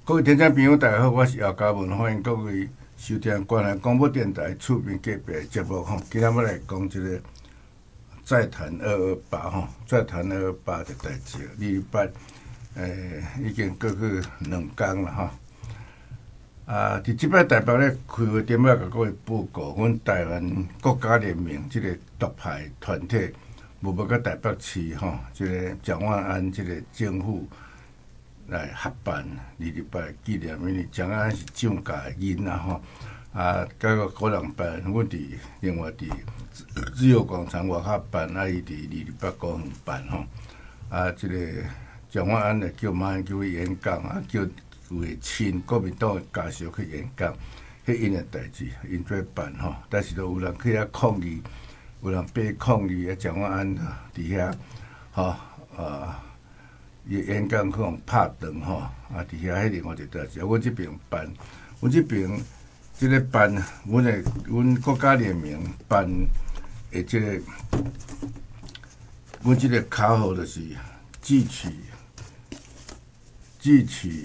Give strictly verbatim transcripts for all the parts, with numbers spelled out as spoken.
各位听众朋友，大家好，我是姚嘉文，欢迎各位收听关南广播电台厝边隔壁的节目吼。今天要来讲这个再谈二二八吼，再谈二二八的代志。礼拜诶已经过去两天了吼。啊，伫即摆台北咧开会点要甲各位报告，阮台湾国家联盟即个独派团体，无要甲台北市吼，即个蒋万安即个政府。来合办二二八纪念，因为蒋安是蒋家的囡仔吼，啊，甲个可能办，阮伫另外伫自由广场外口办，啊，伊伫二二八高雄办吼，啊，即、这个蒋万安来叫马英九去演讲，啊，叫有诶亲国民党诶家属去演讲，迄因诶代志，因做办吼，但是都有人去遐抗议，有人被抗议，啊，蒋万安伫遐吼，啊。伊演讲可能拍断吼，啊，伫遐迄另外一代志，阮即边办，阮即边即个办，阮诶，阮国家联盟办诶，即个，阮即个口号就是汲取汲取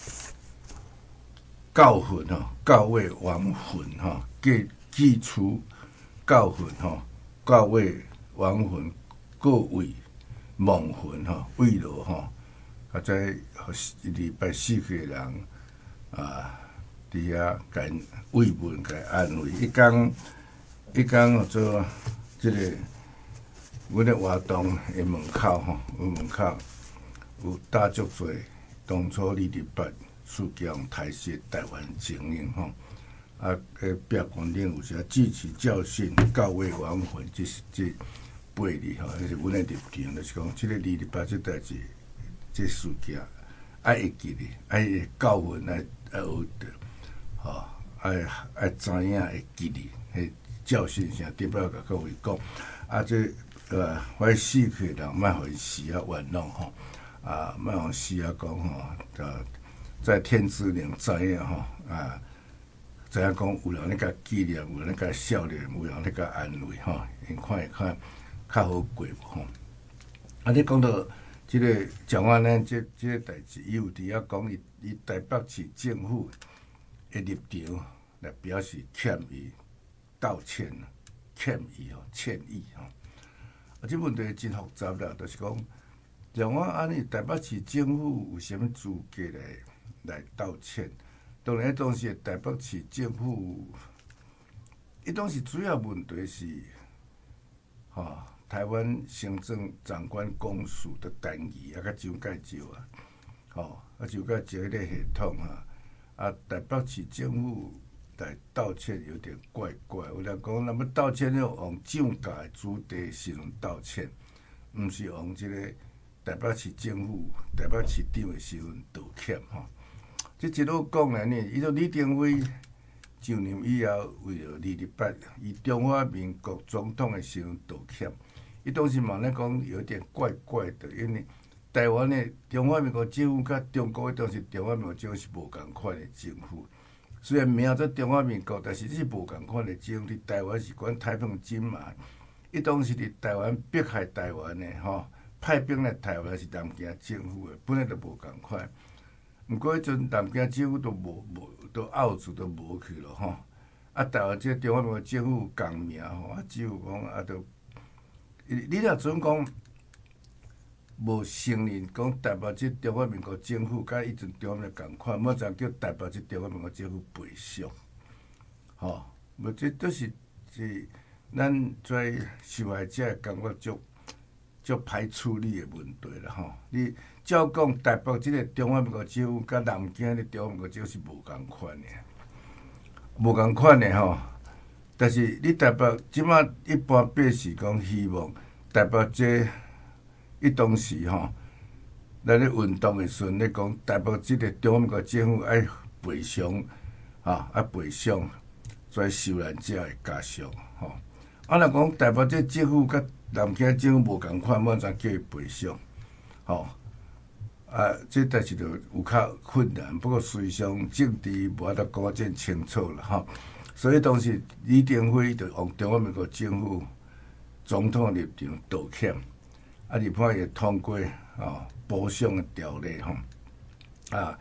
教训吼，教慰亡魂吼，记记出教训吼，教慰亡魂各位。亡魂吼，慰劳吼，啊，在礼拜死去的人啊，伫遐甲慰问、甲安慰。伊讲，伊讲做即、这个，阮咧活动的门口吼，门口有搭足侪当初二二八事件台视台湾精英吼，啊，个壁杆顶有写汲取教训，教慰亡魂，即是即。八字吼，迄是阮的立场，就是讲，即个二二八即代志，即事件爱会记哩，爱会教训，爱爱学着，吼，爱爱知影会记哩，迄教训啥，特别甲各位讲，啊，即呃，我死去人，莫互伊死啊冤枉吼，啊，莫互死啊讲吼，啊，在天之灵知影吼，啊，知影讲有人咧甲纪念，有人咧甲笑脸，有人咧甲安慰吼，因看会看。较好过无吼？啊，你讲到即个蒋万安即即个代志，伊有伫遐讲，伊伊台北市政府的立场来表示歉意道歉，歉意吼，歉意吼。啊，即问题真复杂啦，就是讲蒋万安伊台北市政府有啥物资格来来道歉？当然，迄当时台北市政府，伊当时主要问题是，吼、哦。台湾行政长官公署的单义啊，甲蒋介石啊，吼，啊蒋介石迄个系统啊，啊台北市政府来道歉有点怪怪。有人讲，那么道歉要往蒋家的主题时阵道歉，毋是往即个台北市政府、台北市长的时阵道歉吼。即一路讲来呢，伊说李登辉就任以后，为了二二八，以中华民国总统的时阵道歉。伊当时嘛咧讲有点怪怪的，因为台湾的中华民国政府甲中国的当时中华民国政府是无共款的政府。虽然名做中华民国，但是这是无共款的政府。伫台湾是管太平金嘛，伊当时伫台湾迫害台湾的吼，派兵来台湾是南京政府的，本来就无共款。毋过迄阵南京政府都无无都拗住都无去咯吼。啊，台湾这中华民国政府共名吼，啊只有讲啊都。你若准讲无承认讲台北即中华民国政府，甲以前中华民国共款，莫再叫台北即中华民国政府赔偿，吼，无这都是是咱做受害者感觉足足歹处理的问题啦，吼。你照讲台北即个中华民国政府，甲南京的中华民国政府是无共款的，无共款的吼。但是你台北即马一般百姓讲希望台北这伊当时吼，咱咧运动的时阵咧讲台北即个中华民国政府爱赔偿，吼爱赔偿跩受难者的家属，吼。啊，若讲台北这政府甲南京政府无共款，莫怎叫伊赔偿，吼。啊，这代志就有较困难，不过实际上政治无法度讲啊真清楚啦，吼。所以当时李登辉就往中华民国政府总统立场道歉，啊，立法也通过哦补偿的条例吼，啊，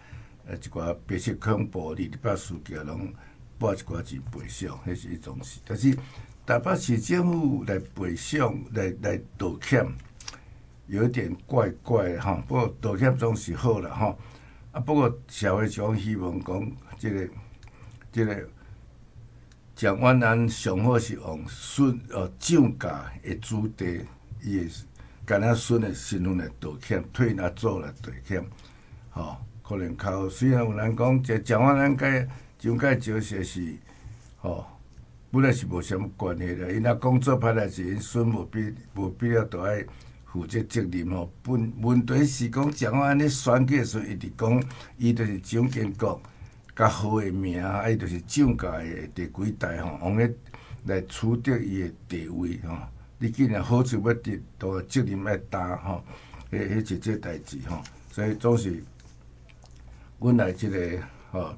呃一寡白色恐怖二二八事件拢拨一寡钱赔偿，迄是一种事。但是台北市政府来赔偿来来道歉，有一点怪怪的哈。不过道歉总是好啦哈。啊，不过社会上希望讲，即、这个即、这个蒋万安上好是用孙呃涨价的主题，伊会干那孙的身份来道歉，退阿祖来道歉，吼、哦，可能靠虽然有人讲，这蒋万安甲蒋介石些是，吼、哦，本来是无啥物关系的，因若讲做歹代志，因孙无必无必要都爱负这责任吼。问问题是讲蒋万安咧选举的时候，伊直讲，伊就是蒋经国较好的名，啊，伊就是蒋家的第几代吼，往咧来取得伊的地位吼。你既然好处要得，都责任要担吼，迄迄是这代志吼。所以总是，阮来即、这个吼，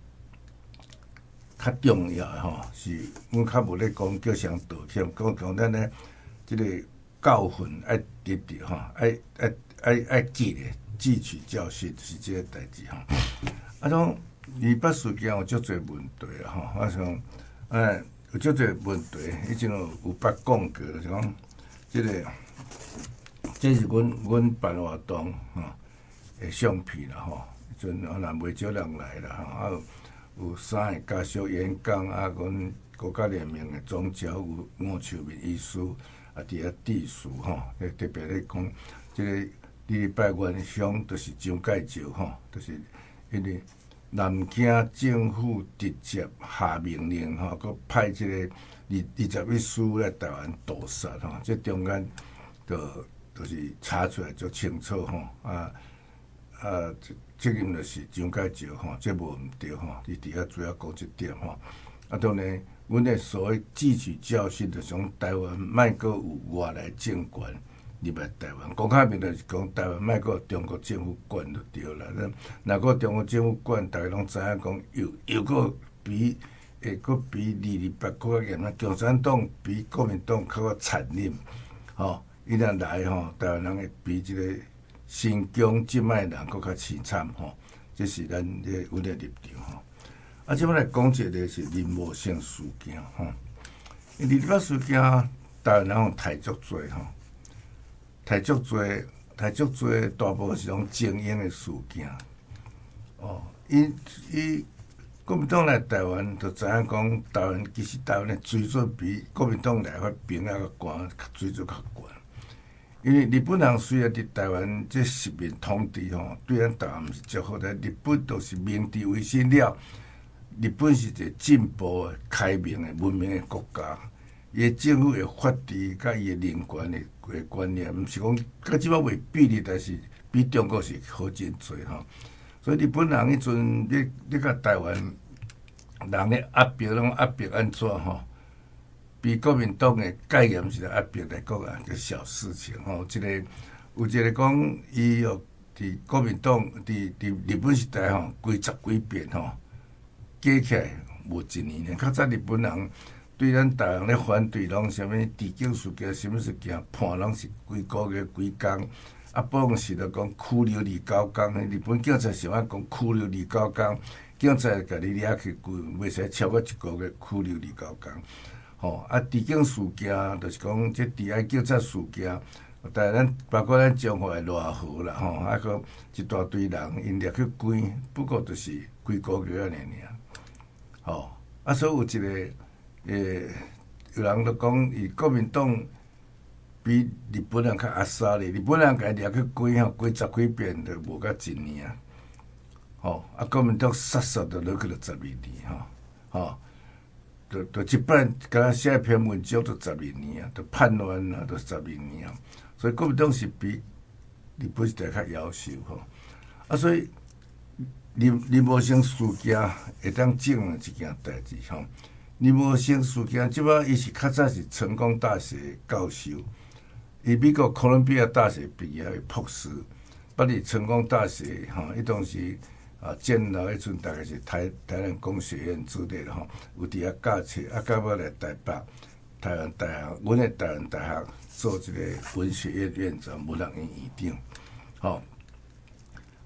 较重要的吼，是阮较无咧讲叫谁道歉，讲讲咱咧即个教训爱得着吼，爱爱爱爱记咧，汲取教训是即个代志吼。啊种二八事件有足侪问题啊吼，啊像哎有足侪问题，以前有有捌讲过，就是讲即、这个，这是阮阮办活动吼的相片啦吼，迄阵啊若袂少人来啦吼，啊有三个家属演讲，啊阮国家联盟的总召有吴秋明医师，啊伫遐致辞吼，特别咧讲，即、这个礼拜元凶就是蒋介石吼，就是因为南京政府直接下命令吼，佮派即个二二十一师来台湾屠杀吼，这中间就就是查出来足清楚吼，啊啊责任就是蒋介石吼，这无毋对吼，伊伫遐主要讲即点吼。啊，当然，阮的所谓汲取教训，就是讲台湾莫阁有外来政权入来台湾。讲较明就是讲台湾莫阁有中国政府管就对啦。若若中国政府管，大家拢知影讲又又阁比会阁比二二八搁较严啊，共产党比国民党较较残忍，吼。伊若来吼，台湾人会比即个新疆即摆人搁较凄惨吼。这是咱咧阮的立场吼。啊，即摆来讲一个是林茂生事件吼。二二八事件，台湾人有太足多吼，太足多，太足多，大部分是种精英的事件。哦，伊伊国民党来台湾，就知影讲台湾其实台湾的水准比国民党来发兵啊较悬，水准较悬。因为日本人虽然伫台湾这十面统治吼，对咱台湾毋是足好，但日本都是明治维新了。日本是一个进步的、开明的、文明的国家，伊的政府的法治甲伊的人权的的观念，毋是讲甲即摆袂比例，但是比中国是好真多吼。所以日本人迄阵咧咧甲台湾人咧压迫，拢压迫安怎吼？比国民党的概念是压迫来讲啊，个小事情吼。即、这个有一个讲，伊哦伫国民党伫伫日本时代吼，几十几遍吼。加起来无一年呢。较早日本人对咱台湾咧反对，拢啥物地景事件、啥物事件判，拢是几个月、几工。啊，不讲是著讲拘留二九工。日本警察是安讲拘留二九工，警察甲你掠去关，袂使超过一个月拘留二九工。吼、哦，啊，地景事件就是讲这治安警察事件，但咱包括咱中华的赖河啦，吼，啊个一大堆人因掠去关，不过就是几个月安尼尔。吼，啊，所以有一个诶，有人都讲，伊国民党比日本人较压杀咧。日本人家掠去关吼，关十几遍都无甲一年。吼，啊，国民党杀杀都落去了十二年，吼，吼，就就一摆敢若写一篇文章都十二年啊，都叛乱啊，都十二年啊。所以国民党是比日本时代较夭寿吼，啊，所以。林林茂生事件会当证一件代志吼。林茂生事件即摆伊是较早是成功大学教授，伊美国哥伦比亚大学毕业的博士，捌伫成功大学吼，伊当时啊建校迄阵大概是台台南工学院之类的吼，有伫遐教册，啊，到尾来台北台湾大学，阮的台湾大学做一个文学院院长、文学院院长，吼。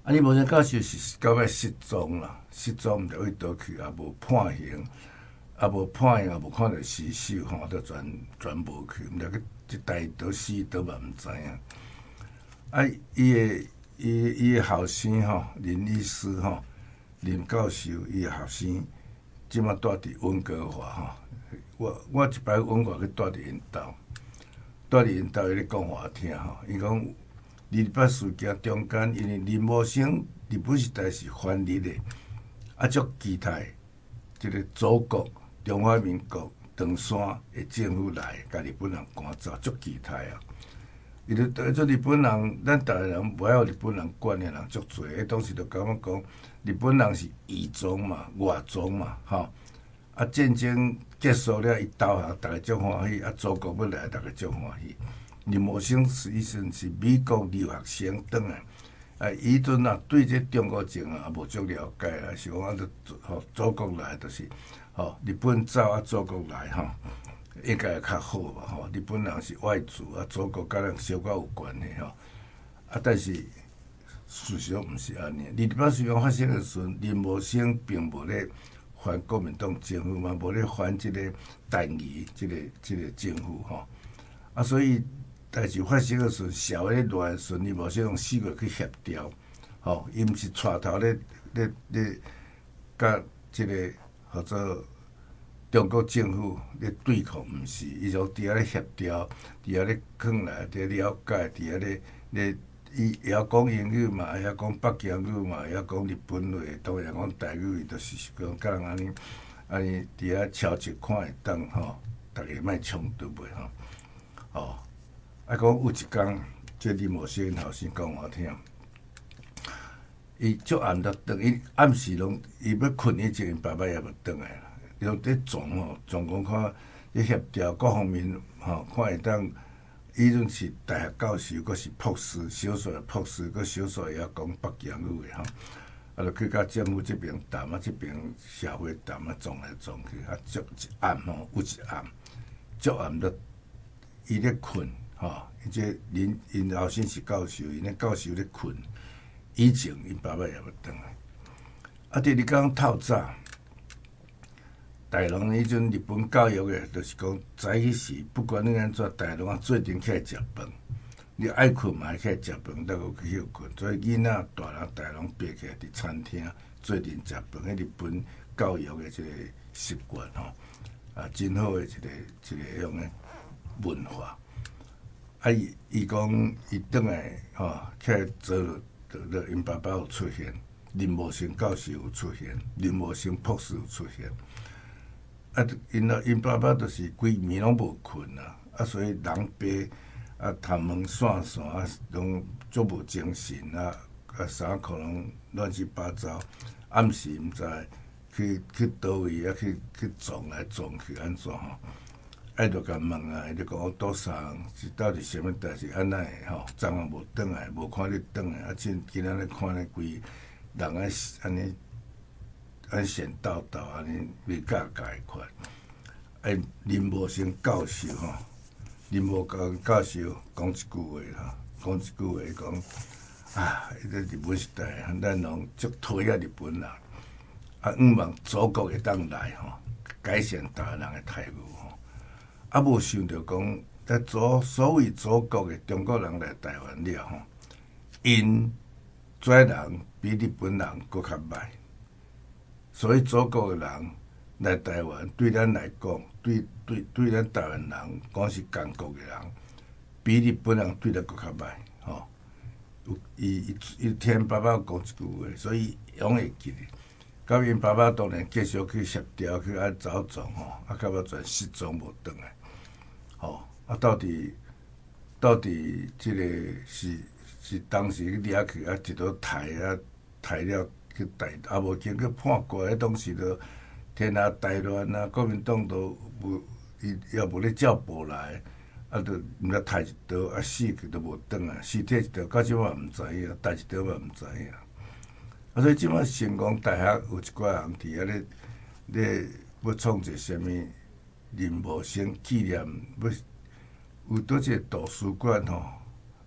啊，林茂生教授是到尾失踪啦，失踪毋知位倒去，也无判刑，也无判刑，也无看到尸首吼，都全全无去，毋知去即代倒死倒嘛毋知影。啊，伊诶伊伊诶后生吼，林医师吼，林教授伊诶后生，即马住伫温哥华吼。我我一摆温哥华去住伫因兜，住伫因兜伊咧讲互我听吼，伊讲。二八事件中间，因为林茂生日本时代是反日的，啊，足期待即个祖国中华民国长山的政府来，甲日本人赶走，足期待啊！伊就对做日本人，咱台湾人不爱有日本人管的人足多，迄当时就感觉讲日本人是异种嘛、外种嘛，吼。啊，战争结束了，伊投降，大家足欢喜；啊，祖国要来，大家足欢喜。林茂生是以前是美国留学生转来，啊，伊阵啊对这中国情啊也无足了解啦，是讲啊，就吼祖国来就是吼日本走啊，祖国来吼，应该会较好吧吼。日本人是外族啊，祖国甲人小可有关系吼。啊，但是事实上毋是安尼。二八事件发生的时阵，林茂生并无咧反国民党政府嘛，无咧反即个单于即个即个政府吼。啊，所以。代志发生的时阵，社会咧乱的时阵，伊无说用四个去协调，吼，伊毋是带头咧咧咧，甲即个或者中国政府咧对抗，毋是，伊就伫遐咧协调，伫遐咧劝来，伫遐了解，伫遐咧咧，伊会晓讲英语嘛，会晓讲北京语嘛，会晓讲日本话，当然讲台语，伊就是讲甲人安尼安尼伫遐超级看会当吼，逐个莫冲突袂吼，哦。啊，讲有一工，即林茂生后生讲我听，伊足暗才转，伊暗时拢伊要困以前，因爸爸也无转来啦。伊拢伫撞吼，撞讲看咧协调各方面吼，看会当。伊阵是大学教授，阁是博士，小说博士，阁小说会晓讲北京语的吼。啊，就去甲政府这边谈啊，这边社会谈啊，撞来撞去，啊，足一暗吼，有一暗，足暗才伊咧困。吼、哦，伊这林因后生是教授，因咧教授咧困，以前因爸爸也要转来。啊，第二讲透早，台农迄阵日本教育诶，就是讲早迄时，不管你安怎，台农啊做阵起来食饭，你爱困嘛起来食饭，再个去休困。所以囡仔大人台农爬起来伫餐厅做阵食饭，迄日本教育诶即个习惯吼，啊，真好诶一个一个样诶文化。啊，伊伊讲伊转来吼，起来做了，就因爸爸有出现，林茂生教授有出现，林茂生博士有出现。啊，因啊因爸爸就是规暝拢无困啊，啊，所以人白啊，头毛散散啊，拢足无精神啊，啊，衫裤拢乱七八糟，暗时毋知去去倒位啊，去去撞来撞去安怎吼？啊，就甲问啊，伊就讲我倒啥是到底啥物代志？安那会吼？昨暗无转来，无看你转来，啊，今今仔日看咧规人啊，安尼安闲叨叨，安尼未教解款。哎，林茂生教授吼，林茂生教授讲一句话啦，讲一句话讲啊，迄个日本时代，咱拢足讨厌日本人，啊，毋望祖国会当来吼，改善台湾人诶态度。啊，无想着讲，在祖所谓祖国的中国人来台湾了吼，因做人比日本人搁较歹，所以祖国的人来台湾对咱来讲，对对对咱台湾人讲是共国的人，比日本人对咱搁较歹吼。有伊伊伊听爸爸讲一句话，所以永会记咧。到因爸爸当然继续去协调去安走撞吼，啊，到尾全失踪无转来。吼、哦，啊，到底到底即个是是当时去掠去啊，一道抬啊抬了去台，啊无经去判过，迄当时就天下大乱啊，国民党都无伊也无咧照步来，啊，就毋知抬一刀啊死去都无转啊，尸体一条到即摆毋知影，抬一刀嘛毋知影。啊，所以即摆成功大学有一寡人伫遐咧咧要创一个啥物？林茂生纪念，要有倒一个图书馆吼，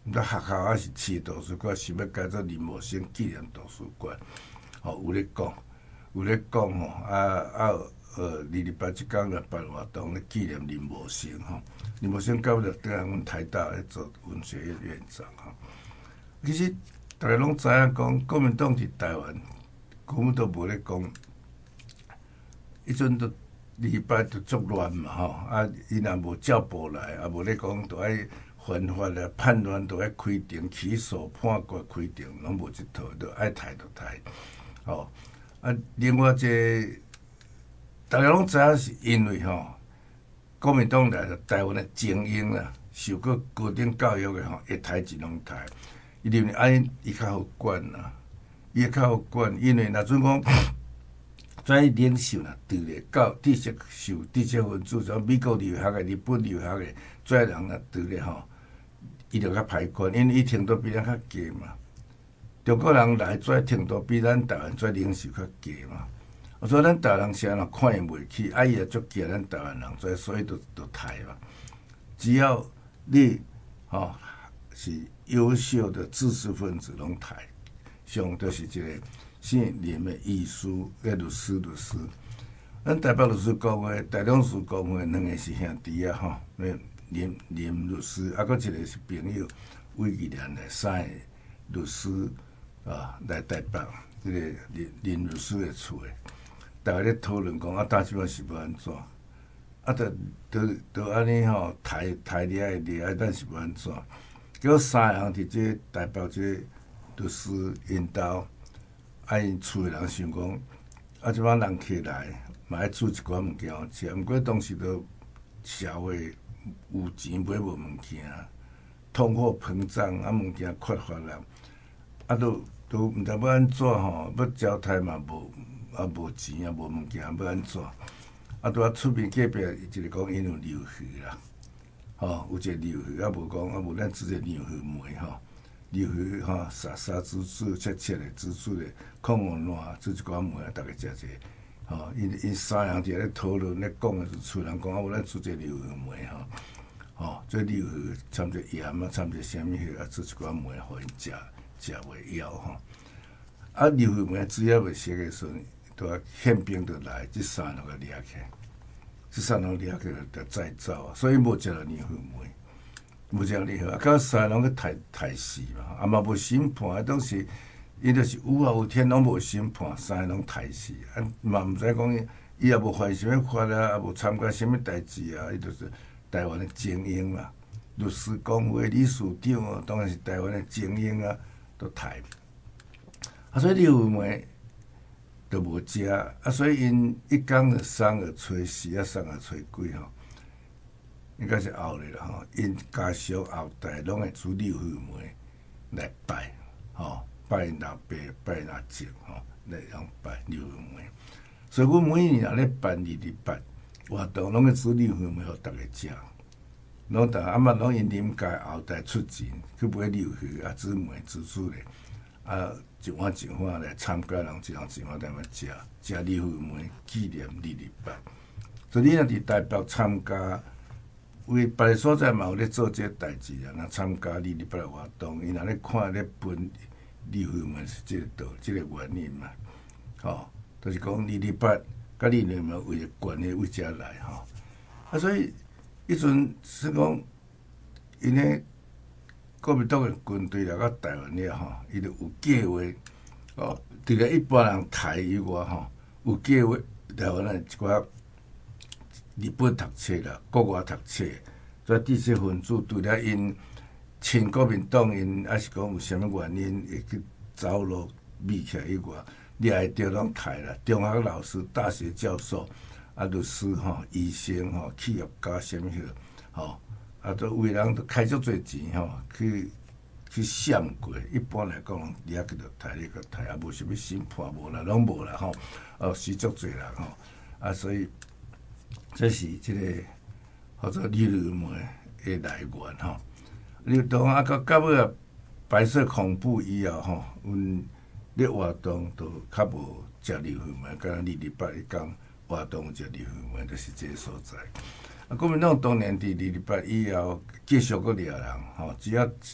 毋知学校还是市图书馆，想要改做林茂生纪念图书馆。吼，有咧讲，有咧讲吼，啊啊呃，二二八即天来办活动咧纪念林茂生吼。林茂生到了等下阮台大咧做文学院院长吼。其实大家拢知影讲，国民党伫台湾根本都无咧讲，迄阵都二八就作乱嘛吼，啊，伊若无照步来，啊无咧讲，着爱犯法啊，叛乱着爱开庭起诉判决开庭，拢无即套，着爱抬着抬，吼。啊，另外一个大家拢知影是因为吼，国民党来了台湾的精英啦，受过高等教育的吼，会抬一拢抬。伊认为安尼伊较好管啦，伊会较好管，因为若准讲，跩领袖啦，除咧教知识受知识分子，像美国留学的、日本留学的，跩人啦，除咧吼，伊就较歹管，因为伊程度比咱较低嘛。中国人来跩程度比咱台湾跩领袖较低嘛，所以咱台湾人啥人看伊袂起，啊伊也足惊咱台湾人跩，所以就就抬嘛。只要你吼、哦、是优秀的知识分子拢抬，上就是一个姓林的艺术嘅律师律师。咱台北律师公会、台中市公会两个是兄弟啊吼，林林律师，啊，搁一个是朋友魏义良来三个律师啊来台北，这个林林律师的厝诶，大家咧讨论讲啊，大即摆是要安怎？啊，着着着安尼吼，抬抬掠诶掠，咱是要安怎？结果三个人伫这台北这律师因兜，啊因厝诶人想讲，啊即摆人客来，嘛爱煮一寡物件好食。毋过当时都社会有钱买无物件，通货膨胀啊物件缺乏啦，啊都都毋知要安怎吼，要交代嘛无，啊无钱啊无物件要安怎？啊拄啊厝边隔壁一个讲因有流血啦。吼，有一个流血，啊无讲，啊无咱煮一个流血糜吼，流血吼，沙沙煮煮切切的，煮煮的，控红烂，煮一寡糜啊，逐个食者。吼，因因三人伫咧讨论咧讲的，厝人讲啊，无咱煮一个流血糜吼，吼，这流血掺者盐啊，掺者啥物血啊，煮一寡糜互因食，食袂枵吼。啊，流血糜煮也袂熟的时阵，拄啊宪兵就来，即三个掠起来。即三人掠起来就再走，所以无食到流血糜，无食到流血，啊，到三人去抬抬死嘛，啊嘛无审判，当时伊就是有啊有天拢无审判，三个拢抬死，啊嘛毋知讲伊也无犯啥物法啊，也无参加啥物代志啊，伊就是台湾的精英嘛，律师公会理事长哦，当然是台湾的精英啊，都抬，啊所以流血糜。都无食，啊，所以因一工就送个找死啊，送个找鬼吼，应该是后日啦吼，因家属后代拢会煮流血糜来拜，吼，拜因老爸，拜因阿叔吼，来用拜流血糜。所以阮每年若咧办二二八活动，拢会煮流血糜互逐个食，拢逐啊嘛拢因啉家后代出钱去买流血啊，煮糜煮煮咧，啊。一碗一碗来参加人，一人一碗在那食，食流血糜纪念二二八。所以你若伫台北参加，为别个所在嘛有咧做这代志啊。若参加二二八的活动，伊若咧看咧分流血糜是这个道，这个原因嘛。吼，就是讲二二八甲你两嘛为了关系为遮来吼。啊，所以迄阵是讲因咧。国民党的军队来到台湾了吼，伊就有计划哦。除了一般人抬以外吼，有计划台湾的一寡日本读册啦、国外读册，所以知识分子除了因亲国民党，因还是讲有啥物原因会去走路密起来以外，你也着拢抬啦。中学老师、大学教授、啊律师吼、医生吼、企业家啥物许吼。啊，都为人都开足侪钱吼，去去闪过。一般来讲，掠去着抬，掠个抬，啊，无啥物审判，无啦，拢无啦吼。哦，死足侪人吼，啊，所以这是即个或者流血糜的来源吼。你当啊，到到尾啊，白色恐怖以后吼，阮咧活动都较无食流血糜，敢若二二八一天活动有食流血糜，就是这个所在。啊，国民党当年伫二二八以后继续搁掠人吼，只要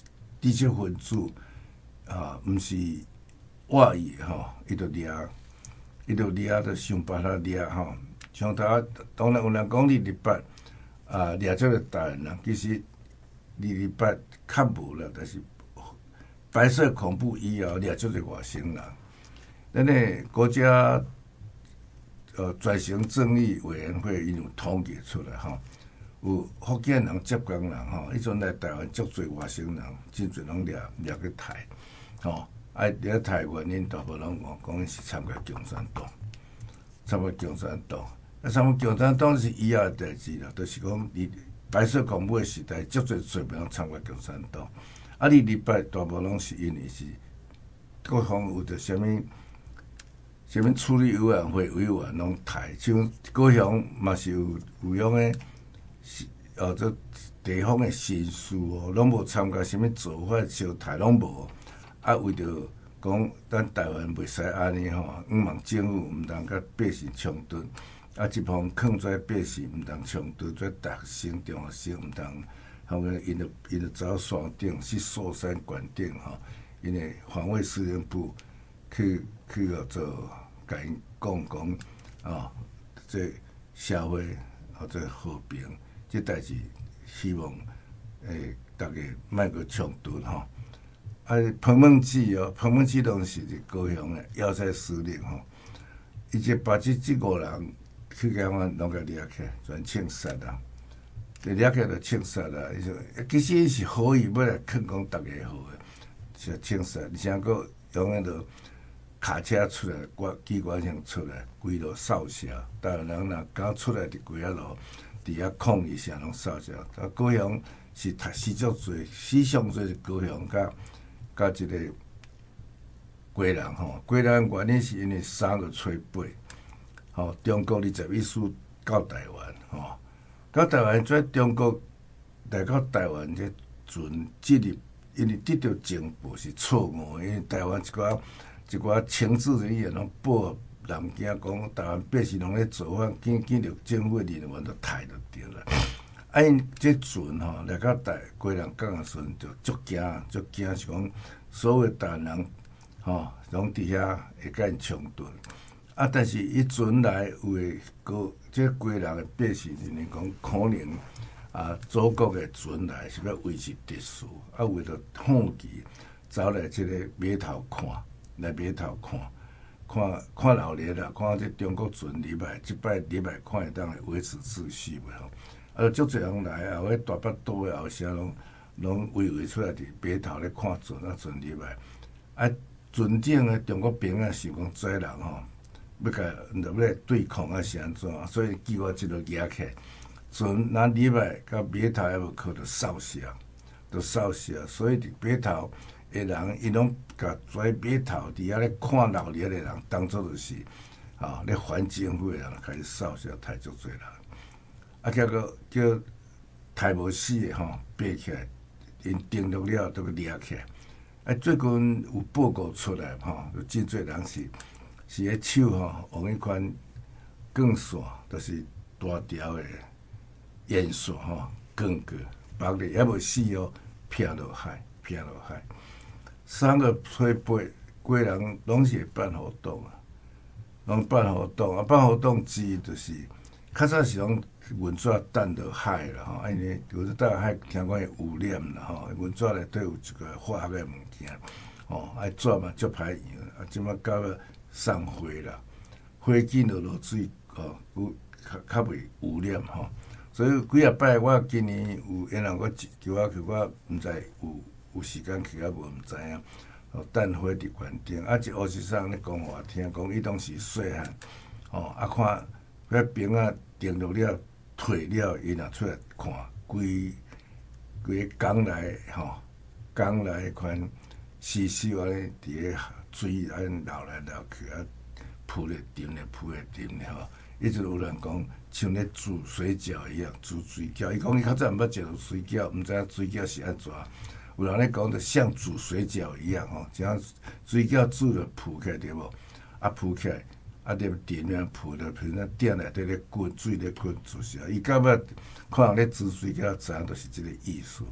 知识分子啊，毋是恶意吼，伊就掠，伊就掠，就想办法掠吼。像头当然有人讲二二八啊，掠这个台湾人，其实二二八较无啦，但是白色恐怖以后掠这个外省人，咱诶国家呃转型正义委员会因有统计出来吼，有福建人、浙江人吼，迄阵来台湾足侪外省人，真侪拢掠掠去台，吼，啊掠台原因大部分拢讲讲是参加共产党，参加共产党。啊，什么共产党是以后的代志啦，就是讲，你白色恐怖的时代，足侪侪人参加共产党。啊，你礼拜大部分拢是因为是各方有着啥物啥物处理委员会委员拢抬，像高雄嘛是有有用的，呃，这地方的申诉哦，拢无参加啥物做法小台拢无。啊，为着讲咱台湾袂使安尼吼，毋望政府毋通甲百姓冲突。啊，一方囥在百姓毋通冲突，做大学生、中学生毋通，后面因着因着走山顶去寿山关顶吼，因为防卫司令部去去个做甲因讲讲啊，这社会或者和平，这代志希望诶，大家莫个冲突吼。啊，彭孟基哦，彭孟基拢是伫高雄诶要塞司令吼，伊这把这这五人。去甲我拢甲掠起，全枪杀啦！掠起就枪杀啦！伊说，其实伊是好意要来劝讲大家好诶，是枪杀，而且佫用迄落卡车出来，关机关枪出来，规路扫射。台湾人若敢出来伫规啊路，伫遐抗议啥拢扫射。啊，高雄是死足侪，死上侪是高雄甲甲一个贵人吼，贵人原因是因为三月初八。吼、哦，中国二十一师到台湾，吼、哦，到台湾做中国来到台湾这船进入，因为得到情报是错误，因为台湾一寡一寡情治人员拢报人惊讲台湾百姓拢咧造反，见见着政府人员都杀就对啦。啊，因这船吼来到台归人港的时阵，就足惊足惊，是讲所有台湾人吼拢伫遐会甲因冲突。啊！但是伊船来有诶个，即规人诶百姓认为讲可能啊，祖国诶船来是要维持秩序，啊，为着放弃，走来即个码头看，来码头看，看看老热啦，看即中国船入来，即摆入来看会当会维持秩序袂吼。啊，足侪人来啊，迄大巴肚诶后声拢拢围围出来伫码头咧看船啊，船入来。啊，船长诶中国兵啊，想讲遮人吼。要甲要来对抗啊是安怎？所以叫我一路举起，船若入来到码头还无靠着扫射，着扫射。所以伫码头诶人，伊拢甲跩码头伫遐咧看闹热诶人，当做著是吼咧反政府诶人，开始扫射，杀足侪人。啊，结果叫杀无死诶吼，爬起来，因登陆了都去掠起来。啊，最近有报告出来吼，有真侪人是。是迄手吼，用迄款钢线，就是大条的烟线吼，钢过绑咧，还无死哦，撇落海，撇落海。三个初八，几人拢是会办活动啊，拢办活动啊，办活动之一就是，较早是讲文纸弹落海啦吼，因为有时弹海听讲会污染啦吼，文纸内底有一个化学的物件，吼，啊纸嘛足歹用，啊即马到了。送花啦，花紧落落水，吼，较较袂污染吼。所以几啊摆，我今年有因人我叫我去，我毋知有有时间去啊无毋知影。哦，弹花伫园顶，啊，一乌先生咧讲互我听，讲伊当时细汉，哦，啊看迄兵啊登陆了，退了，伊若出来看，规规个港内吼，港内迄款尸首安尼伫咧。水安流来流去啊，扑咧沉咧，扑咧沉咧吼。一直有人讲像咧煮水饺一样，煮水饺。伊讲伊较早毋捌食过水饺，毋知影水饺是安怎。有人咧讲着像煮水饺一样吼，像水饺煮了扑起来对无？啊扑起来，啊咧沉咧扑咧，譬如那店内底咧滚，水咧滚，就是啊。伊到尾看人咧煮水饺，知影著是即个意思吼。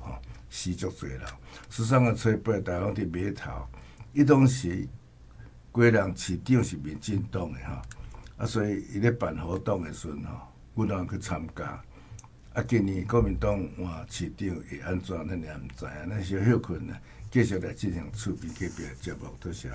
死足侪人。十三个吹八，大家拢伫码头，伊当时几人市长是民进党的哈，啊，所以伊咧办活动的时阵吼，阮拢去参加。啊，今年国民党换市长会安怎，咱也毋知影，咱小休困啊，继续来进行厝边隔壁的节目，多谢。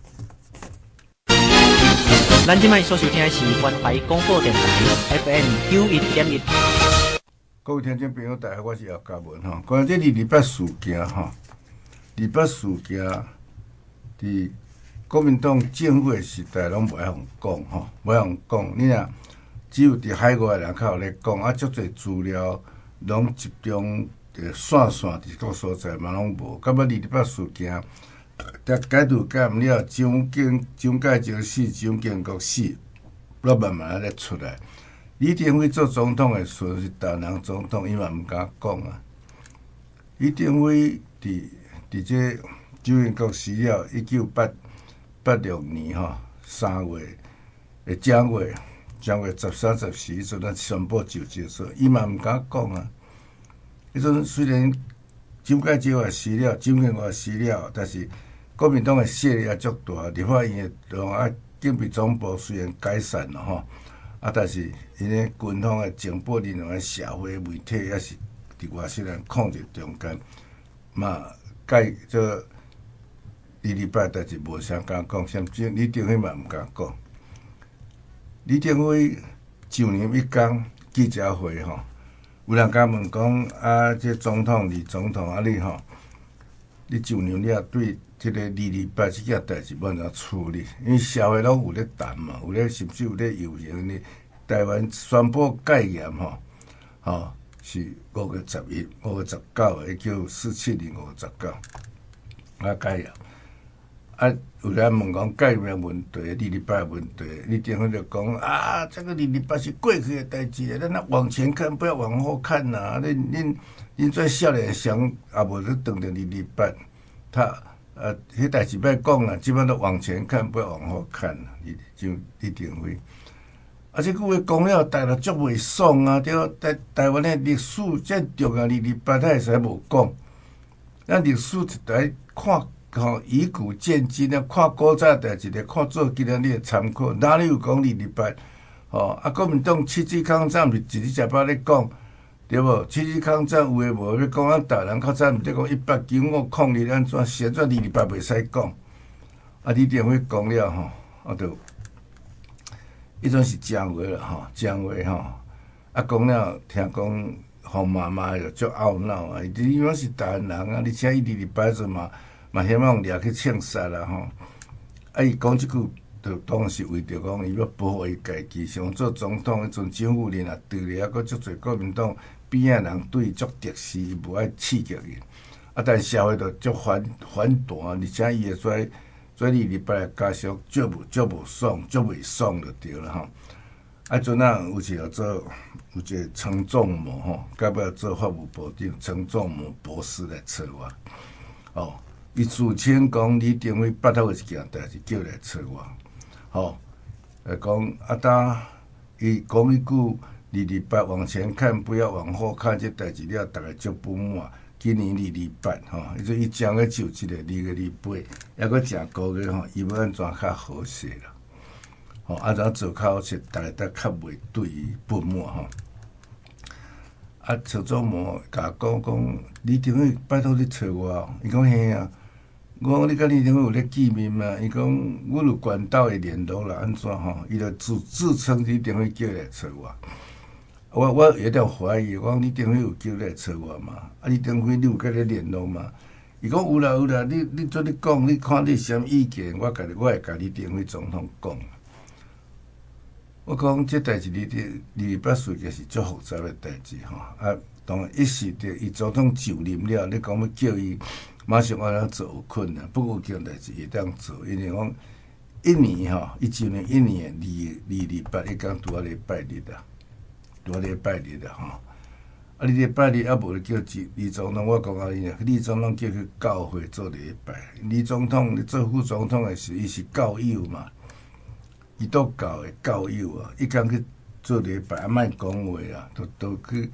咱即摆所收听的是关怀广播电台 F M 九一点一。 各位听众朋友，大家好，我是姚嘉文吼。关于这二二八事件吼，二二八事件，伫国民党政府的时代拢袂晓讲吼，袂晓讲。你若只有伫海外的人较有咧讲，啊，足侪资料拢集中伫线线伫各所在嘛拢无。到尾二二八事件，甲解读解毋了，蒋经蒋介石死，蒋经国死，拢慢慢咧出来。李登辉做总统的时阵是台南总统，伊嘛毋敢讲啊。李登辉伫伫这蒋经国死了，一九八八六年吼三月的正月。正月十三、十四，迄阵咱宣布就职说，伊嘛毋敢讲啊。迄阵虽然蒋介石也死了，蒋经国也死了，但是国民党的势力也足大，立法院的啊警备总部虽然解散了吼，啊，但是因咧军方的情报人员、社会媒体也是伫外省人控制中间，嘛解这二二八代志无啥敢讲，甚至李登辉嘛毋敢讲。李登辉上任一天记者会吼，有人甲问讲啊，这总统、二总统啊，你吼，你上任了对这个二二八这件代志要怎处理？因为社会拢有咧谈嘛，有咧甚至有咧游行呢。台湾宣布戒严吼，吼是五月十一、五月十九，一九四七年五月十九啊戒严。啊，有人问讲戒严问题、二二八问题，李登辉就讲啊，这个二二八是过去的代志，咱啊往前看，不要往后看呐、啊。恁恁恁做少年想也无咧当着二二八，他呃，迄代志歹讲啦，基本都往前看，不要往后看啦。就李登辉，啊，这句话讲了，大陆足袂爽啊！对，台台湾的历史这重要，二二八他会使无讲，咱历史就来看。吼，以古鉴今啊，看古早代志咧，看做今仔日的参考。哪里有讲二二八？吼，啊，国民党七七抗战是一日食饱咧讲，对无？七七抗战有诶无？要讲咱台人较早毋得讲一八九五抗日安怎？是安怎二二八袂使讲？啊，李登辉讲了吼，啊，就迄阵是正月啦吼，正月吼，啊，讲了听讲洪妈妈就足懊恼啊，伊因为是台湾人啊，而且伊二二八阵嘛。嘛，希望掠去枪杀啦吼！啊，伊讲即句，就当是为着讲伊要保护伊家己。想做总统迄阵，政府人也对咧，啊，搁足侪国民党边仔人对伊足敌视，伊无爱刺激伊。啊，但社会就足反反弹，而且伊会做做二二八的家属，足无足无爽，足袂爽就对啦吼。啊，阵啊，有一个做有一个陈仲谋吼，到尾做法务部长，陈仲谋博士来策划，哦。伊自称讲李登辉捌头一件代志，叫来找我，吼，来讲啊，当伊讲一句二二八往前看，不要往后看，这代志了，大家足不满。今年二二八吼，伊说伊将个就一个二月二八，还佫正高个吼，伊要安怎较好势啦？吼，啊，怎做较好势，大家都较袂对伊不满吼。啊，陈仲谋甲讲讲，李登辉拜托你找我，伊讲嘿啊。我讲你甲李登辉有咧见面嘛？伊讲阮有管道会联络啦，安怎吼？伊就自自称李登辉叫来找我。我我有点怀疑，我讲李登辉有叫来找我嘛？啊，李登辉你有甲你联络嘛？伊讲有啦有啦，你你做你讲，你看你什么意见？我甲你我会甲李登辉总统讲。我讲这代志，你这二二八事件是足复杂的代志吼。啊，当然一时着伊总统就任了，你讲要叫伊。马上按怎做有困难，不过件代志会当做，因为讲一年吼，一九年一年二二二八，伊讲拄啊咧拜日啊，拄啊咧拜日啊吼。啊，你咧拜日啊无咧叫李总统，我讲啊，李总统叫去教会做礼拜。李总统你做副总统的时，伊是教友嘛，伊都教的教友啊，伊讲去做礼拜，啊莫讲话啊，都都去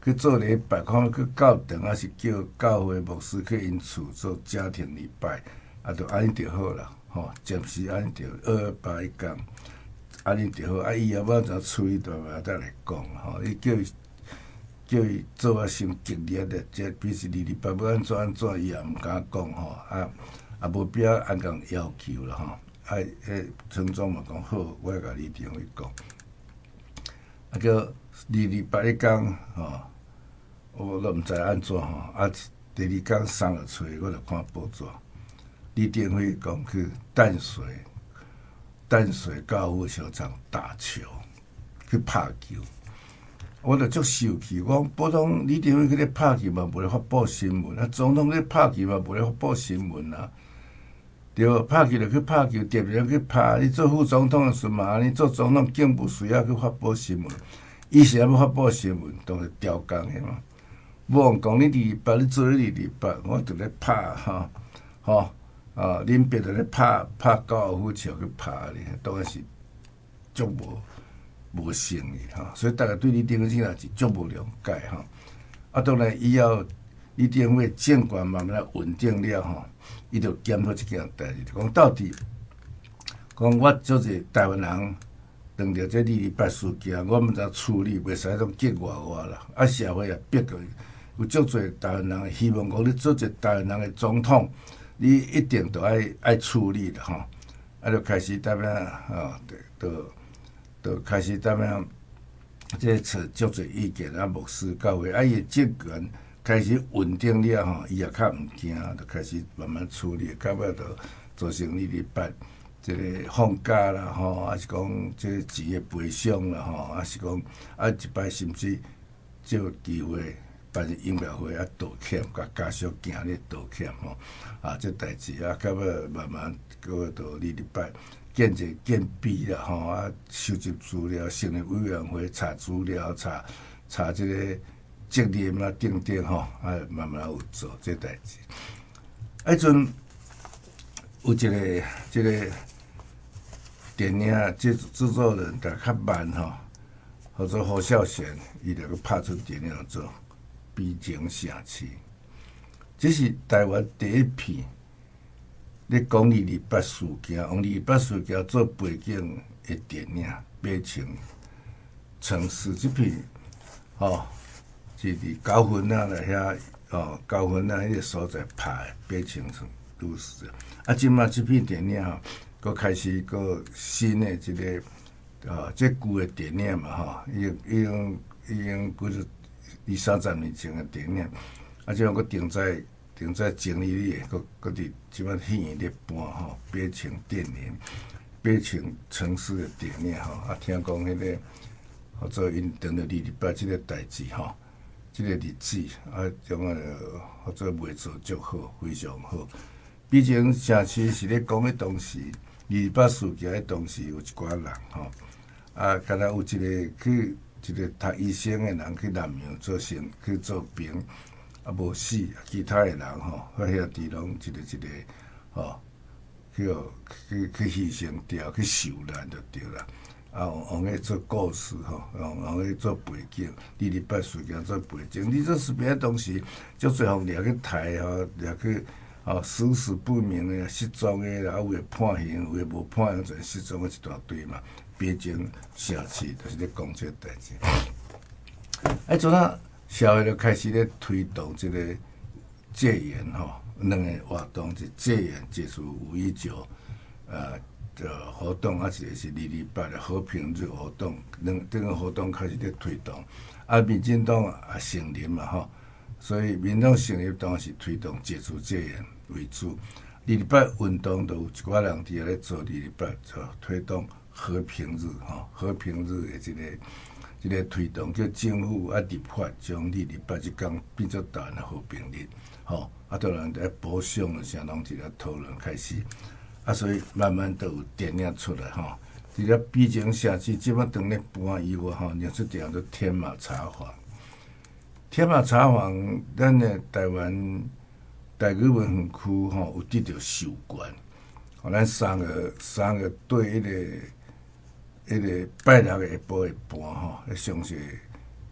去做礼拜，看去教堂，还是叫教会牧师去因厝做家庭礼拜，啊，就安尼就好啦，吼，暂时安尼就二二八一讲，安尼就好。啊，以后要怎处理，就嘛再来讲吼。伊叫伊叫伊做啊，伤激烈的，即比是二礼拜要安怎安怎，伊也毋敢讲吼，啊啊无必要按共要求啦吼。啊，迄村长嘛讲好，我甲李定辉讲，啊叫二礼拜一讲吼。我都毋知安怎吼，啊，第二天送落出，我就看报纸。李登辉讲去淡水，淡水高尔夫球场打球，去拍球。我就足生气，我讲普通李登辉去咧拍球嘛，无咧发布新闻啊；总统咧拍球嘛，无咧发布新闻啊。对，拍球就去拍球，特别去拍。你做副总统的时嘛，你做总统更不需要去发布新闻。伊是要发布新闻，当是调工的嘛。无人讲你二礼拜，你做你二礼拜，我伫咧拍吼吼啊！恁爸伫咧拍拍高尔夫球去拍咧，当然是足无无诚意吼。所以大家对李登辉也是足无了解吼。啊，当然以后李登辉政权慢慢稳定了吼，伊就检讨即件代志，讲到底，讲我做者台湾人。当着这二礼拜事件，我毋知处理，袂使拢激外我啦。啊，社会也逼过，有足侪台湾人希望讲你做一个台湾人的总统，你一定都爱爱处理啦吼。啊，就开始踮遐吼，就就开始踮遐，即出足侪意见啊，牧师教会啊，伊政权开始稳定了吼，伊也较毋惊，就开始慢慢处理，到尾就造成二礼拜。即个放假啦，吼，还是讲即个钱的赔偿啦，吼，还是讲啊一摆甚至借机会办音乐会啊道歉，甲家属行咧道歉吼，啊，即代志啊，到尾慢慢个到二礼拜建一建币啦，吼，啊，收集资料，成立委员会查资料，查查即个责任啊，等等吼，啊，慢慢有做即代志。迄阵有一个即个。电影制制作人但较慢吼，或者侯孝贤，伊就去拍出电影做《悲情城市》，这是台湾第一片咧讲二二八事件，用二二八事件做背景的电影《悲情城市》这片，吼，是伫高分啊来遐，哦，高分啊迄个所在拍的《悲情城都市》。啊，即马这片电影吼。佫开始佫新的即、这个啊，即旧的电影嘛吼，已经已经已经几十二三十年前的电影，啊，即样佫定在定在前日里，佫佫伫即摆戏院咧播吼，悲情电影、悲情城市的电影吼，啊，听讲迄、那个或者因等着二礼拜即个代志吼，即、这个日子啊，种啊或者卖做足好，非常好。毕竟城市是咧讲迄当时。二二八事件迄当时有一寡人吼，啊，敢若有一个去一个读医生的人去南洋做成去做兵，啊无死，其他的人吼，迄遐地拢一个一个吼，去去去牺牲掉，去受难就对啦。啊，用迄做故事吼，用用迄做背景，二二八事件做背景。你这视频当时足侪互掠去抬吼，掠去。哦，生死不明的、失踪的啦，有诶判刑，有诶无判刑，全失踪诶一大堆嘛。北京城市就是咧讲这代志。哎，阵啊，社会就开始咧推动这个戒严吼，两个活动，一戒严解除五一九呃的活动，啊，一个是二二八的和平日活动，两两个活动开始咧推动。啊，民进党也成立嘛吼，所以民党成立当然是推动解除戒严。为主，二礼拜运动都有一寡人伫咧做二礼拜做推动和平日吼，和平日的即、这个即、这个推动，叫政府啊立法将二礼拜即天变做台湾的和平日，吼，啊当然在补偿了啥拢伫咧讨论开始，啊所以慢慢都有电影出来吼，伫咧悲情城市即摆当咧搬以外吼，另出电影叫天马茶坊，天马茶坊，咱的台湾。台语文园区吼有得到授权，吼咱三个三个对迄、那个迄、那个拜六的下晡会办吼，迄详细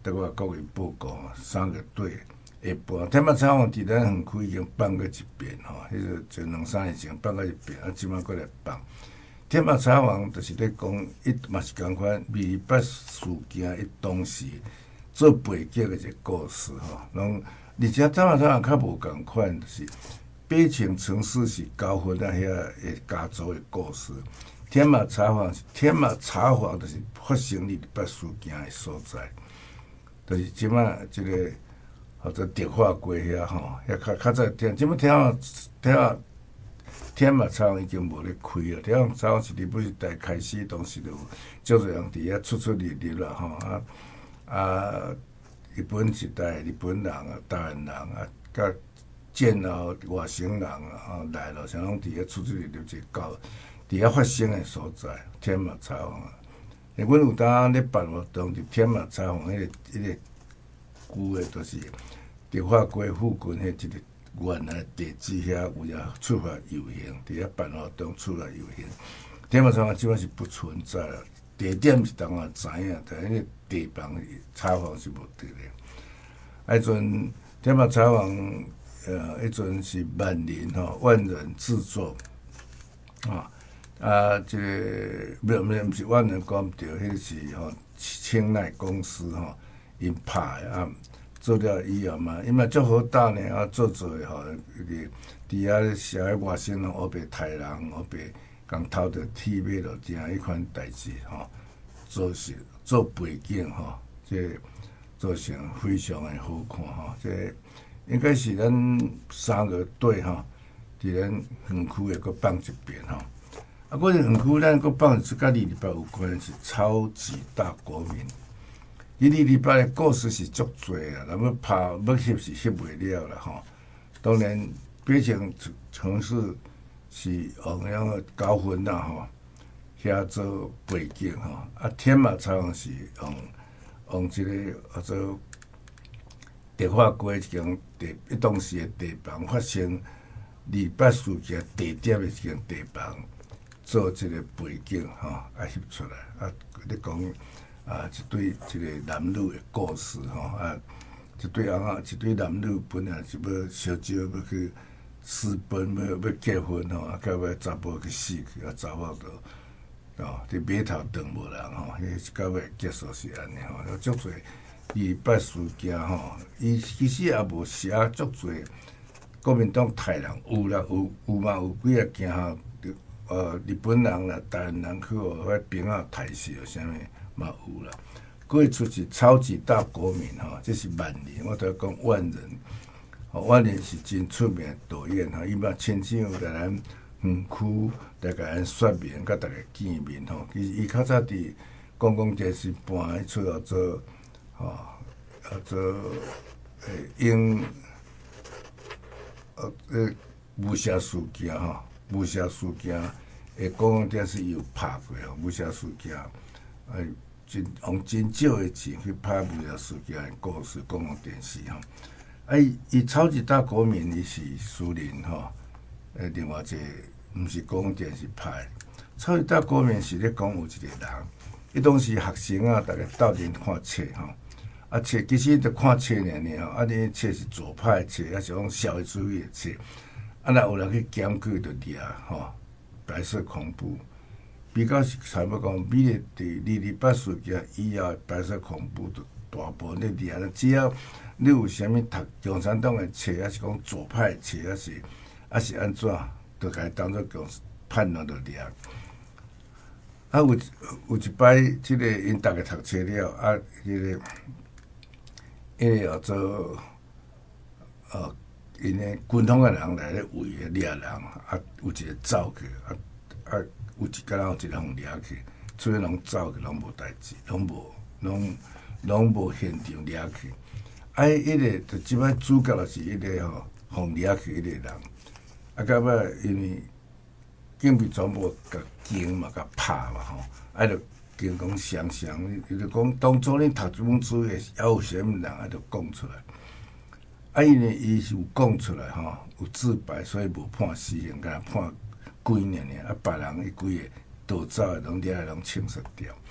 德国国语报告三个队会搬。天马茶坊伫咱园区已经搬过一遍吼，迄个就两三年前搬过一遍，啊，即摆过来搬。天马茶坊就是咧讲，伊嘛是共款二八事件，伊当时做背景的一个故事吼，拢而且天马茶坊较无共款，就是悲情城市是高分啊遐个家族的故事。天马茶坊，天马茶坊就是发生二八事件的所在，就是即摆即个或者德化街遐吼，遐较较早天，即摆天马天马天马茶坊已经无咧开了。天马茶坊是日本时代开始，当时就有足多人伫遐出出入入啦吼啊啊！日本时代日本人啊、台湾人啊，甲战后外省人啊来了，像拢伫遐出出入入一个伫遐发生的所在，天马茶坊啊。阮有当咧办活动，伫天马茶坊迄个迄个旧的，就是德化街附近迄一个原来地址遐有遐出发游行，伫遐办活动出来游行。天马茶坊基本是不存在了，地点是当然知影，但迄个地方茶坊是无得咧。迄阵天马茶坊，呃，迄阵是万人吼，万人制作，啊。啊，这个没有没有，不是万人讲毋对，迄是吼青奈公司吼因拍啊，做了以后嘛，因嘛足好打呢啊，做做诶吼，伫伫遐写迄外省人黑白杀人，黑白共偷着铁马落定迄款代志吼，做成做背景吼，这做成非常诶好看吼，这应该是咱三个队吼，伫咱园区诶搁放一遍吼。啊，我园区咱搁放一甲二礼拜有关是超级大国民。伊二礼拜的故事是足多啊，若要拍要翕是翕袂了啦吼。当然，北京城市是用样个高分啦吼，遐做背景吼。啊，天马茶坊是用用即、这个叫做德化街一间地，一当时的地方发生二八事件地点的一间地方。做一个背景吼，啊翕出来，啊咧讲啊一对一个男女的故事吼，啊一对翁仔一对男女本来是要烧酒要去私奔，要要结婚吼，啊到尾查甫去死去，啊查某就哦伫码头等无人吼，迄到尾结束是安尼吼，足侪二八事件吼，伊其实也无写足侪国民党杀人有啦有有嘛有几啊件吼。呃，日本人啦、台湾人去哦，迄兵仔杀死哦，啥物嘛有啦。过出是超级大国民吼，这是万人，我都讲万人。哦，万人是真出名的导演吼，伊嘛亲自有来咱园区来甲咱说明，甲大家见面吼。其实伊较早伫公共电视搬迄出叫做吼，叫做诶英呃呃武侠事件吼。武侠事件，诶，公共电视伊有拍过吼，武侠事件，诶，真用真少诶钱去拍武侠事件诶故事，公共电视吼。啊，伊伊超级大国民，伊是苏联吼，诶，另外一个毋是公共电视拍。超级大国民是咧讲有一个人，伊当时学生啊，逐个斗阵看册吼，啊册其实着看册尔尔吼，啊，你册是左派诶册，还是讲社会主义诶册？啊，若有人去检举着掠吼，白色恐怖，比较是差不多讲，美国伫二二八事件以后，白色恐怖就大部分咧掠。只要你有啥物读共产党诶册，还是讲左派册，还是还是安怎，就甲伊当做共叛乱着掠。啊，有有一摆，即、这个因逐个读册了，啊，迄、那个迄个叫做呃。因诶军统诶人来咧围咧掠人，啊有一个走去，啊啊有一个人有一个人掠去，所以拢走去，拢无代志，拢无拢拢无现场掠去。啊，迄个就即摆主角就是迄个吼，互掠去迄个人。啊，到尾因为警备全部甲惊嘛，甲拍嘛吼，啊就惊讲常常，伊就讲当初恁读这本书诶，还有啥物人啊，就讲出来。啊，因为伊是有讲出来吼，有自白，所以无判死刑，甲判几年尔。啊，别人伊规个逃走诶，拢掠来拢清除掉。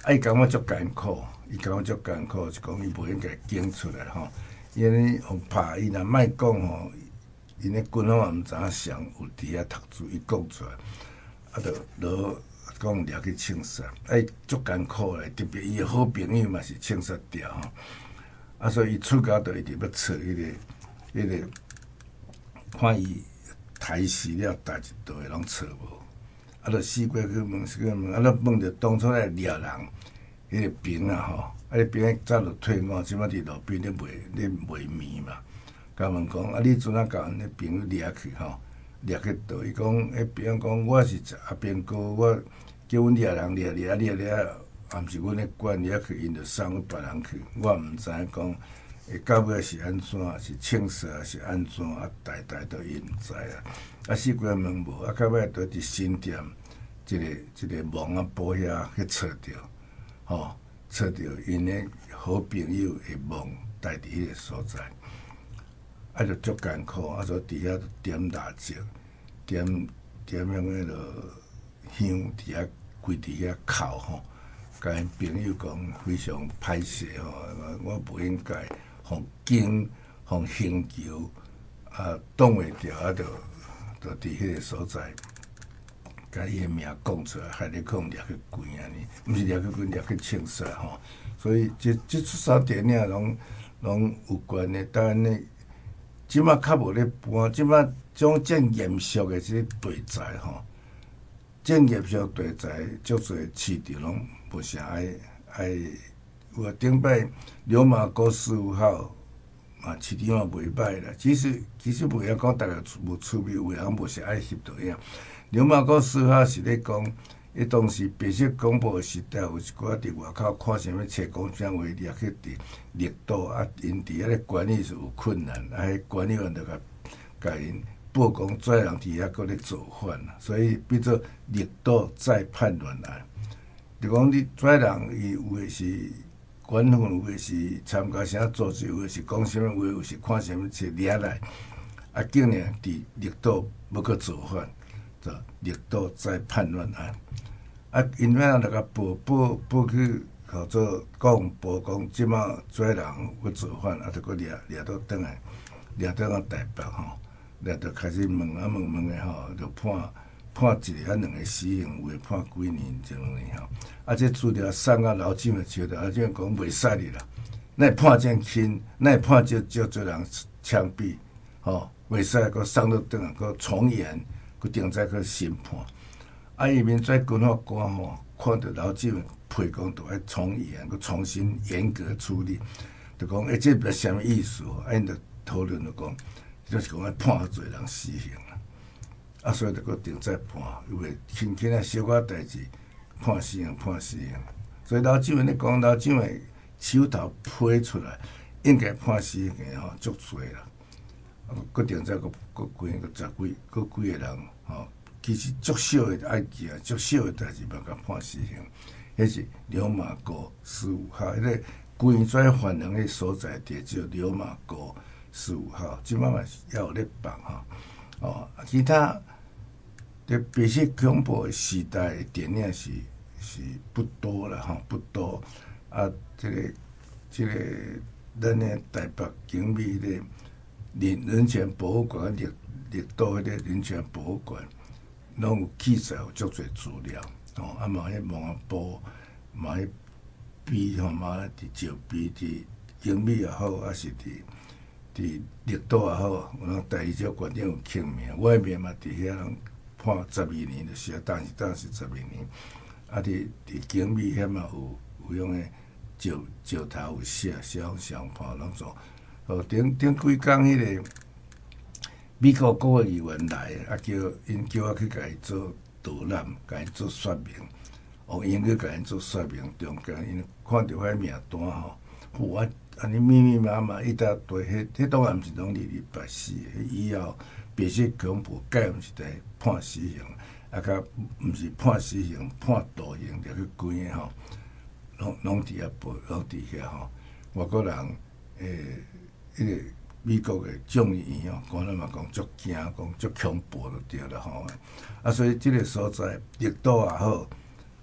啊，伊感觉足艰苦，伊感觉足艰苦，是讲伊无应该讲出来吼。因为互拍伊若莫讲吼，因咧军方也毋知影谁有伫遐读书，伊讲出来，啊，就落讲掠去枪杀，啊，伊足艰苦诶，特别伊诶好朋友嘛是枪杀掉吼。啊，所以伊出家就一直要找迄、那个、迄、那个，看伊刣死了，代志都会拢找无。啊，就四过去问，四过去问，啊，就问着当初来掠人，迄个兵啊吼，啊，迄兵早就退伍，即摆伫路边咧卖咧卖面嘛。甲问讲，啊，你阵啊甲阮迄朋友掠去吼，掠去倒？伊讲，迄兵讲，我是阿兵哥，我叫阮掠人掠掠啊掠掠，也毋是阮咧管掠去，因着送去别人去，我毋知影讲，诶，到尾是安怎，是枪杀是安怎，啊，代代都伊毋知啊。啊，四过问无，啊，到尾倒伫新店，一个一个网啊保遐去找着，吼，找着因诶好朋友诶网带伫迄个所在。啊，就足艰苦，啊，所以伫遐点蜡烛，点点样迄落香伫遐规伫遐哭吼，甲因朋友讲非常歹势吼，我无应该互警、互刑求啊挡袂着，啊，就就伫迄个所在，甲伊诶名讲出来，害你可能掠去关安尼，毋是掠去关，掠去枪杀吼。所以即即出三电影拢拢有关的，当然呢。即摆较无咧搬，即摆种正严肃的即个题材吼，正严肃题材足侪市场拢无啥爱爱。有啊，顶摆流麻沟四五号嘛市场也袂歹啦。其实其实袂晓讲，逐个无趣味，有诶人无啥爱翕倒影。流麻沟四五号是咧讲，迄当时白色恐怖诶时代，有一寡伫外口看啥物册讲啥话，掠去伫绿岛啊，因伫遐咧管理是有困难，啊，迄管理员著甲甲因报讲，跩人伫遐搁咧造反，所以变做绿岛再叛乱案。就讲你跩人，伊有诶是管分，有诶是参加啥组织，有诶是讲啥物话，有是看啥物册掠来，啊，竟然伫绿岛要搁造反，就绿岛再叛乱案。啊，因遐人著甲报报报去，号做讲报讲，即马跩人要造反，啊，著搁掠掠倒转来，掠倒到台北吼，掠着开始问啊问问诶吼，著判判一个啊两个死刑，有诶判几年一两年吼。啊，这资料送啊老蒋诶手头，老蒋讲袂使哩啦，哪会判这轻，哪会判这少少人枪毙，吼，袂使搁送倒转来，搁重演，搁定再搁审判。啊，伊民跩军法官吼，看到老蒋诶批讲，著爱重演，佮重新严格处理，著讲诶，这是啥物意思？啊，因著讨论著讲，就是讲爱判较侪人死刑啦。啊，所以著佮定再判，因为轻轻啊小可代志，判死刑，判死刑。所以老蒋诶咧讲，老蒋诶手头批出来，应该判死刑诶吼，足侪啦。啊，佮定再佮佮几个十几，佮几个人吼。其实足少诶爱记啊，足少诶代志嘛，甲判死刑。迄是流麻沟十五号，迄个关跩犯人诶所在地叫流麻沟十五号，即摆嘛也有咧放吼。哦，其他伫白色恐怖诶时代诶电影是是不多啦吼，不多。啊，即、这个即、这个咱诶台北警美迄个人人权博物馆、绿绿岛迄个人权博物馆。拢有记载有足侪资料，哦，啊嘛迄网报，嘛迄笔吼，嘛伫石碑，伫英美也好，啊是伫伫绿岛也好，有人第一少馆长有签名，我迄面嘛伫遐人判十二年，就是啊，当时当时十二年，啊伫伫景美遐嘛有有用诶石石头有写写上判拢做，哦顶顶几工迄个。美国国会议员来，啊叫因叫我去甲伊做导览，甲伊做说明，用英语甲因做说明。中间因看到迄名单吼，我安尼密密麻麻一大堆，迄迄当然毋是拢二二八四，迄以后白色恐怖改毋是在判死刑，啊甲毋是判死刑，判徒刑，掠去关诶吼，拢拢伫遐报，拢伫遐吼。外国人诶，迄、那个。美国诶众议院哦，讲咱嘛讲足惊，讲足恐怖就对了吼。啊，所以即个所在，绿岛也好，啊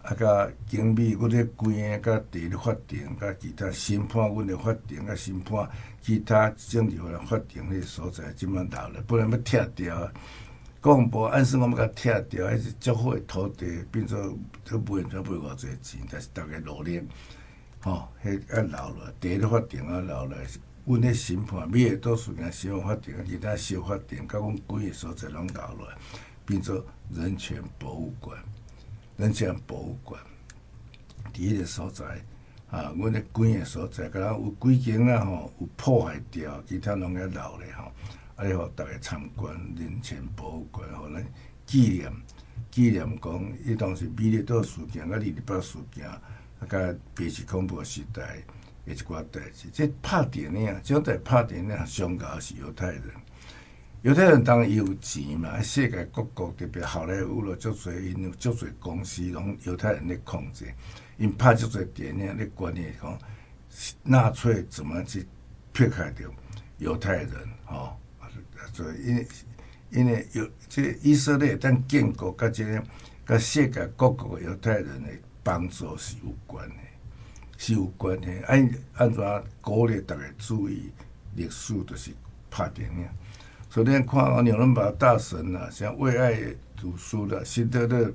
啊，甲经美，阮咧关个甲地咧法庭，甲其他审判，阮咧法庭甲审判，其他政治法法庭迄个所在，即摆留咧，本来要拆掉，讲无按算我们甲拆掉，迄是足好诶土地，变做都卖唔知卖偌济钱，但是逐个努力，吼，迄啊留落，地咧法庭啊留落，阮咧审判，美国岛事件司法法庭啊，其他小法庭，甲阮几个所在拢留落，变做人权博物馆。人权博物馆，伫迄个所在，啊，阮咧几个所在，敢若有几间啊吼，有破坏掉，其他拢咧留咧吼，啊，咧互逐个参观人权博物馆，互咱纪念纪念讲，迄当时美丽岛事件、甲二二八事件，啊，甲白色恐怖时代诶一寡代志，即拍电影，即种在拍电影上高是犹太人。犹太人当然伊有钱嘛，世界各国特别好莱坞咯，足侪因有足侪公司拢犹太人咧控制，因拍足侪电影咧关于讲纳粹怎么去迫害着犹太人，吼、哦，所以因为因为有即个以色列当建国，甲即个甲世界各国犹太人的帮助是有关的，是有关的。按按怎鼓励大家注意历史，就是拍电影。所以咱看哦，纽伦堡大审啦，像为爱读书的辛德勒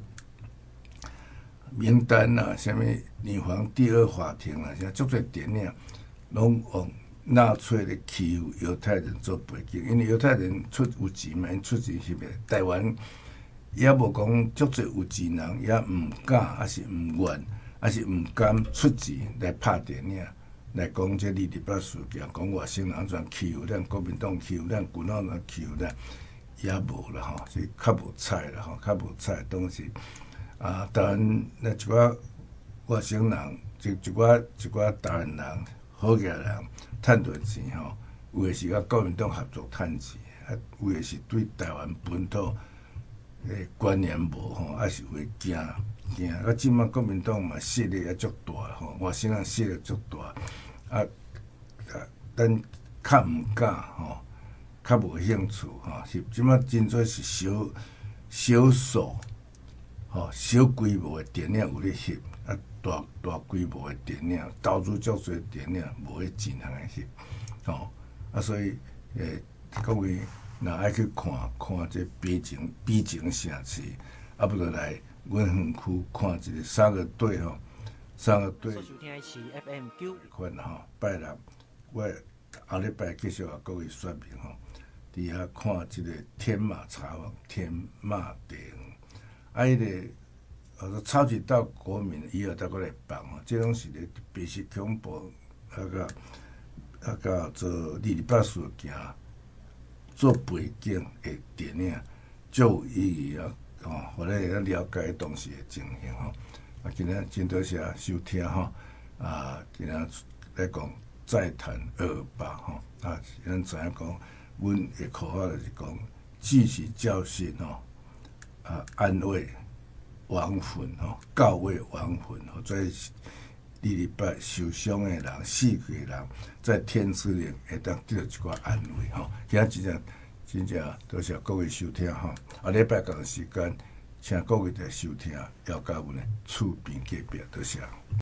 名单啦，什么女皇第二法庭啦，像足侪电影拢用纳粹的欺负犹太人做背景，因为犹太人出有钱嘛，因出钱翕的。台湾也无讲足侪有钱人也毋敢，还是毋愿，还是毋敢出钱来拍电影。来讲这二二八事件，讲外省人安怎欺负咱，国民党欺负咱，军方人欺负咱，也无啦吼，是较无彩啦吼，较无彩东西。啊，当然那一寡外省人，一一寡一寡台湾人、好野人，趁着钱吼，有诶是甲国民党合作趁钱，啊，有诶是对台湾本土诶观念无吼，还是会惊惊。啊，即摆国民党嘛势力也足大吼，外省人势力足大。啊，啊，咱较毋敢吼，较无兴趣吼，是即摆真做是小小数吼，小规模诶电影有咧翕，啊，大大规模诶电影，投资足侪电影无咧进行诶翕，吼，啊，所以诶，各位若爱去看看这悲情悲情城市，啊，不如来阮园区看一个三个队吼。三个队， 收听的是 F M 九款吼，拜六我后礼拜继续甲各位说明吼，伫遐看即个天马茶坊、天马店，啊，迄、那个呃超级到国民以后再过来办吼，即种是咧白色恐怖啊个啊个做二二八事件做背景的电影，足有意义啊！吼，互咱会当了解当时的情形吼。啊，今日真多谢收听吼，啊，今日来讲再谈二二八吼，啊，咱知影讲，阮的口号就是讲，汲取教训吼，啊，安慰亡魂吼，告慰亡魂吼，在二二八受伤的人、死去的人，在天之灵会当得到一寡安慰吼。今日真正真正多谢各位收听吼，啊，礼拜同时间。请各位来收听，要甲阮的厝边隔壁，多谢。